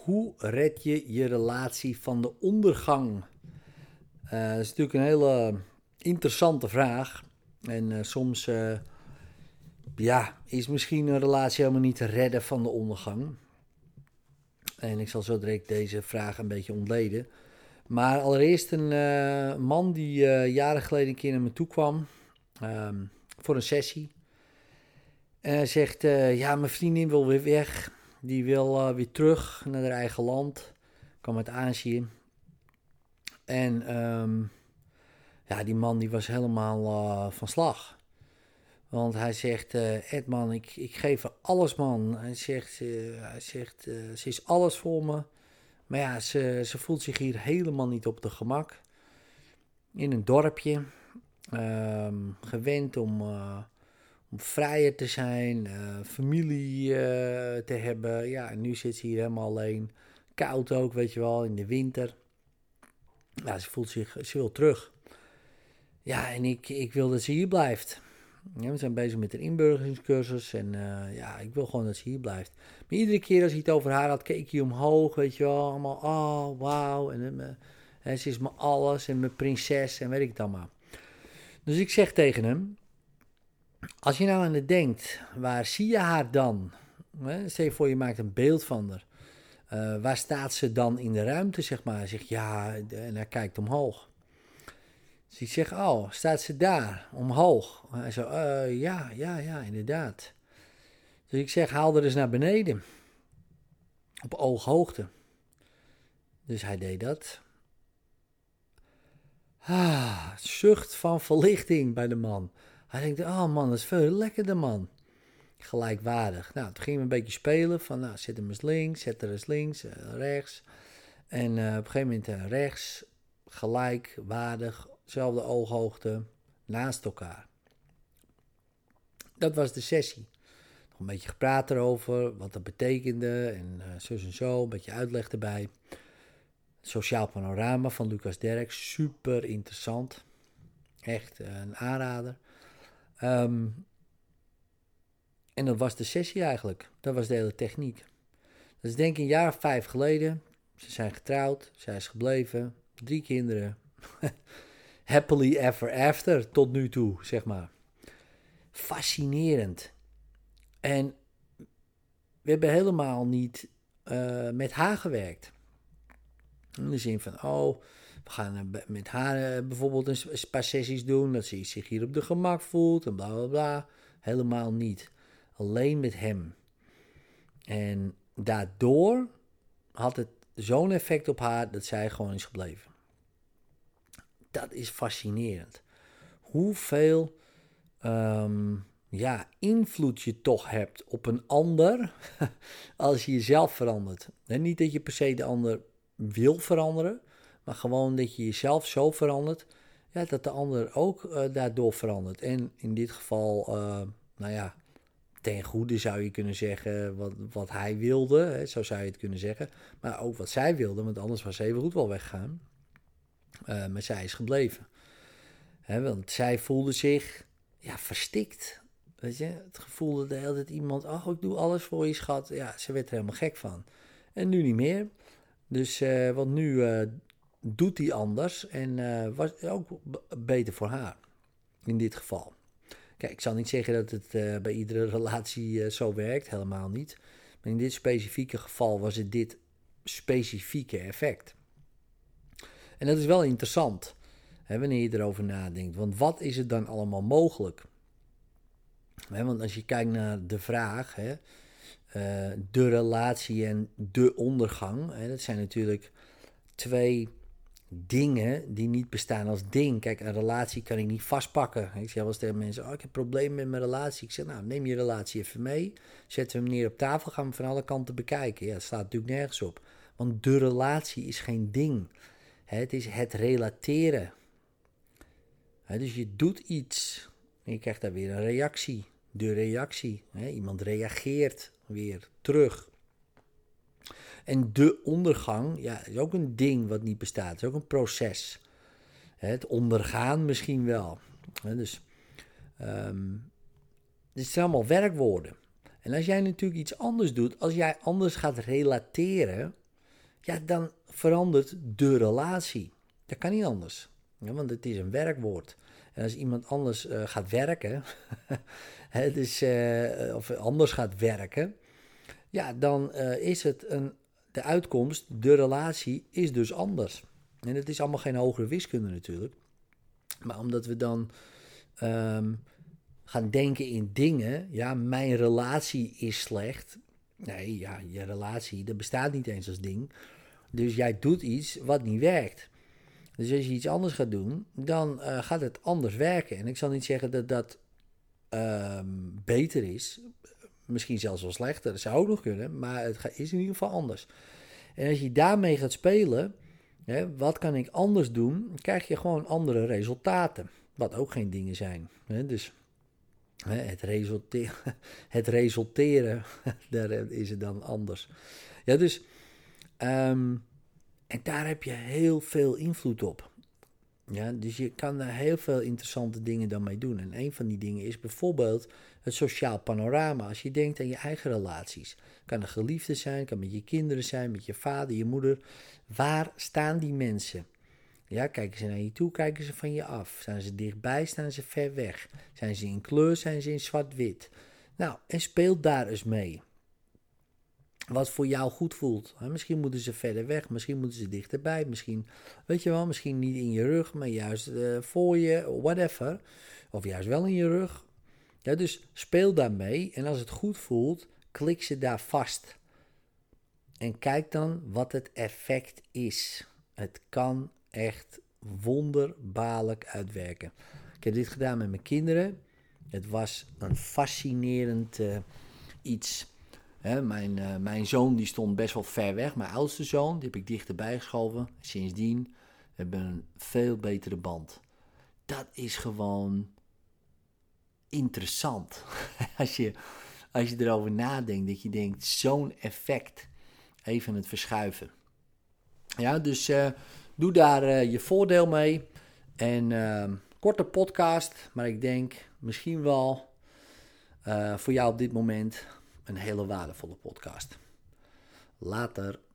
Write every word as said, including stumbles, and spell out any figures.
hoe red je je relatie van de ondergang? Uh, dat is natuurlijk een hele interessante vraag. En uh, soms uh, ja, is misschien een relatie helemaal niet te redden van de ondergang. En ik zal zo direct deze vraag een beetje ontleden. Maar allereerst een uh, man die uh, jaren geleden een keer naar me toe kwam um, voor een sessie. En hij zegt, uh, ja, mijn vriendin wil weer weg. Die wil uh, weer terug naar haar eigen land. Kwam uit Azië. En um, ja, die man die was helemaal uh, van slag. Want hij zegt, uh, Ed man, ik, ik geef haar alles man. Hij zegt, uh, hij zegt uh, ze is alles voor me. Maar ja, ze, ze voelt zich hier helemaal niet op de gemak. In een dorpje. Um, gewend om, uh, om vrijer te zijn. Uh, familie uh, te hebben. Ja, en nu zit ze hier helemaal alleen. Koud ook, weet je wel, in de winter. Ja, ze voelt zich, ze wil terug. Ja, en ik, ik wil dat ze hier blijft. Ja, we zijn bezig met een inburgeringscursus en uh, ja, ik wil gewoon dat ze hier blijft. Maar iedere keer als hij het over haar had, keek hij omhoog, weet je wel. Allemaal, oh, wauw. En, uh, en ze is mijn alles en mijn prinses en weet ik het allemaal. Dus ik zeg tegen hem, als je nou aan het denkt, waar zie je haar dan? Hè? Stel je voor, je maakt een beeld van haar. Uh, waar staat ze dan in de ruimte, zeg maar? Hij zegt, ja, en hij kijkt omhoog. Dus ik zeg, oh, staat ze daar, omhoog? Hij zo, uh, ja, ja, ja, inderdaad. Dus ik zeg, haal er eens naar beneden. Op ooghoogte. Dus hij deed dat. Ah, zucht van verlichting bij de man. Hij denkt, oh man, dat is veel lekkerder, man. Gelijkwaardig. Nou, toen gingen we een beetje spelen. Van, nou, zet hem eens links, zet er eens links, uh, rechts. En uh, op een gegeven moment uh, rechts, gelijkwaardig, dezelfde ooghoogte, naast elkaar. Dat was de sessie. Nog een beetje gepraat erover, wat dat betekende en uh, zus en zo, een beetje uitleg erbij. Sociaal panorama van Lucas Derks, super interessant. Echt uh, een aanrader. Um, en dat was de sessie eigenlijk. Dat was de hele techniek. Dat is denk ik een jaar of vijf geleden. Ze zijn getrouwd, zij is gebleven, drie kinderen. Happily ever after, tot nu toe, zeg maar. Fascinerend. En we hebben helemaal niet uh, met haar gewerkt. In de zin van, oh, we gaan met haar uh, bijvoorbeeld een paar sessies doen, dat ze zich hier op de gemak voelt en bla bla bla. Helemaal niet. Alleen met hem. En daardoor had het zo'n effect op haar dat zij gewoon is gebleven. Dat is fascinerend. Hoeveel um, ja, invloed je toch hebt op een ander als je jezelf verandert. En niet dat je per se de ander wil veranderen, maar gewoon dat je jezelf zo verandert, ja, dat de ander ook uh, daardoor verandert. En in dit geval, uh, nou ja, ten goede zou je kunnen zeggen wat, wat hij wilde, hè, zo zou je het kunnen zeggen. Maar ook wat zij wilde, want anders was ze even goed wel weggegaan. Uh, maar zij is gebleven. He, want zij voelde zich ja, verstikt. Weet je? Het gevoel dat de hele tijd iemand, oh, ik doe alles voor je schat. Ja, ze werd er helemaal gek van. En nu niet meer. Dus, uh, want nu uh, doet hij anders. En uh, was ook b- beter voor haar. In dit geval. Kijk, ik zal niet zeggen dat het uh, bij iedere relatie uh, zo werkt. Helemaal niet. Maar in dit specifieke geval was het dit specifieke effect. En dat is wel interessant, hè, wanneer je erover nadenkt. Want wat is er dan allemaal mogelijk? Hè, want als je kijkt naar de vraag, hè, uh, de relatie en de ondergang. Hè, dat zijn natuurlijk twee dingen die niet bestaan als ding. Kijk, een relatie kan ik niet vastpakken. Ik zeg wel eens tegen mensen, oh, ik heb problemen met mijn relatie. Ik zeg, nou, neem je relatie even mee. Zetten we hem neer op tafel, gaan we van alle kanten bekijken. Ja, dat slaat natuurlijk nergens op. Want de relatie is geen ding. Het is het relateren. He, dus je doet iets en je krijgt daar weer een reactie. De reactie. He, iemand reageert weer terug. En de ondergang, ja, is ook een ding wat niet bestaat. Het is ook een proces. He, het ondergaan misschien wel. He, dus um, dit zijn allemaal werkwoorden. En als jij natuurlijk iets anders doet, als jij anders gaat relateren, ja, dan verandert de relatie. Dat kan niet anders, ja, want het is een werkwoord. En als iemand anders uh, gaat werken, het is, uh, of anders gaat werken, ja, dan uh, is het een, de uitkomst, de relatie is dus anders. En het is allemaal geen hogere wiskunde natuurlijk. Maar omdat we dan um, gaan denken in dingen, ja, mijn relatie is slecht. Nee, ja, je relatie, dat bestaat niet eens als ding. Dus jij doet iets wat niet werkt. Dus als je iets anders gaat doen, dan uh, gaat het anders werken. En ik zal niet zeggen dat dat uh, beter is. Misschien zelfs wel slechter, dat zou ook nog kunnen. Maar het is in ieder geval anders. En als je daarmee gaat spelen, hè, wat kan ik anders doen, dan krijg je gewoon andere resultaten. Wat ook geen dingen zijn. Hè. Dus hè, het, resulteren, het resulteren, daar is het dan anders. Ja, dus... Um, En daar heb je heel veel invloed op. Ja, dus je kan daar heel veel interessante dingen dan mee doen. En een van die dingen is bijvoorbeeld het sociaal panorama. Als je denkt aan je eigen relaties. Kan een geliefde zijn, kan met je kinderen zijn, met je vader, je moeder. Waar staan die mensen? Ja, kijken ze naar je toe, kijken ze van je af. Staan ze dichtbij, staan ze ver weg? Zijn ze in kleur, zijn ze in zwart-wit? Nou, en speel daar eens mee. Wat voor jou goed voelt. Misschien moeten ze verder weg, misschien moeten ze dichterbij, misschien, weet je wel, misschien niet in je rug, maar juist uh, voor je, whatever. Of juist wel in je rug. Ja, dus speel daarmee en als het goed voelt, klik ze daar vast. En kijk dan wat het effect is. Het kan echt wonderbaarlijk uitwerken. Ik heb dit gedaan met mijn kinderen. Het was een fascinerend uh, iets. He, mijn, uh, mijn zoon die stond best wel ver weg, mijn oudste zoon, die heb ik dichterbij geschoven. Sindsdien hebben we een veel betere band. Dat is gewoon interessant. als, je, als je erover nadenkt, dat je denkt, zo'n effect, even het verschuiven. Ja, dus uh, doe daar uh, je voordeel mee. En uh, korte podcast, maar ik denk misschien wel uh, voor jou op dit moment een hele waardevolle podcast. Later.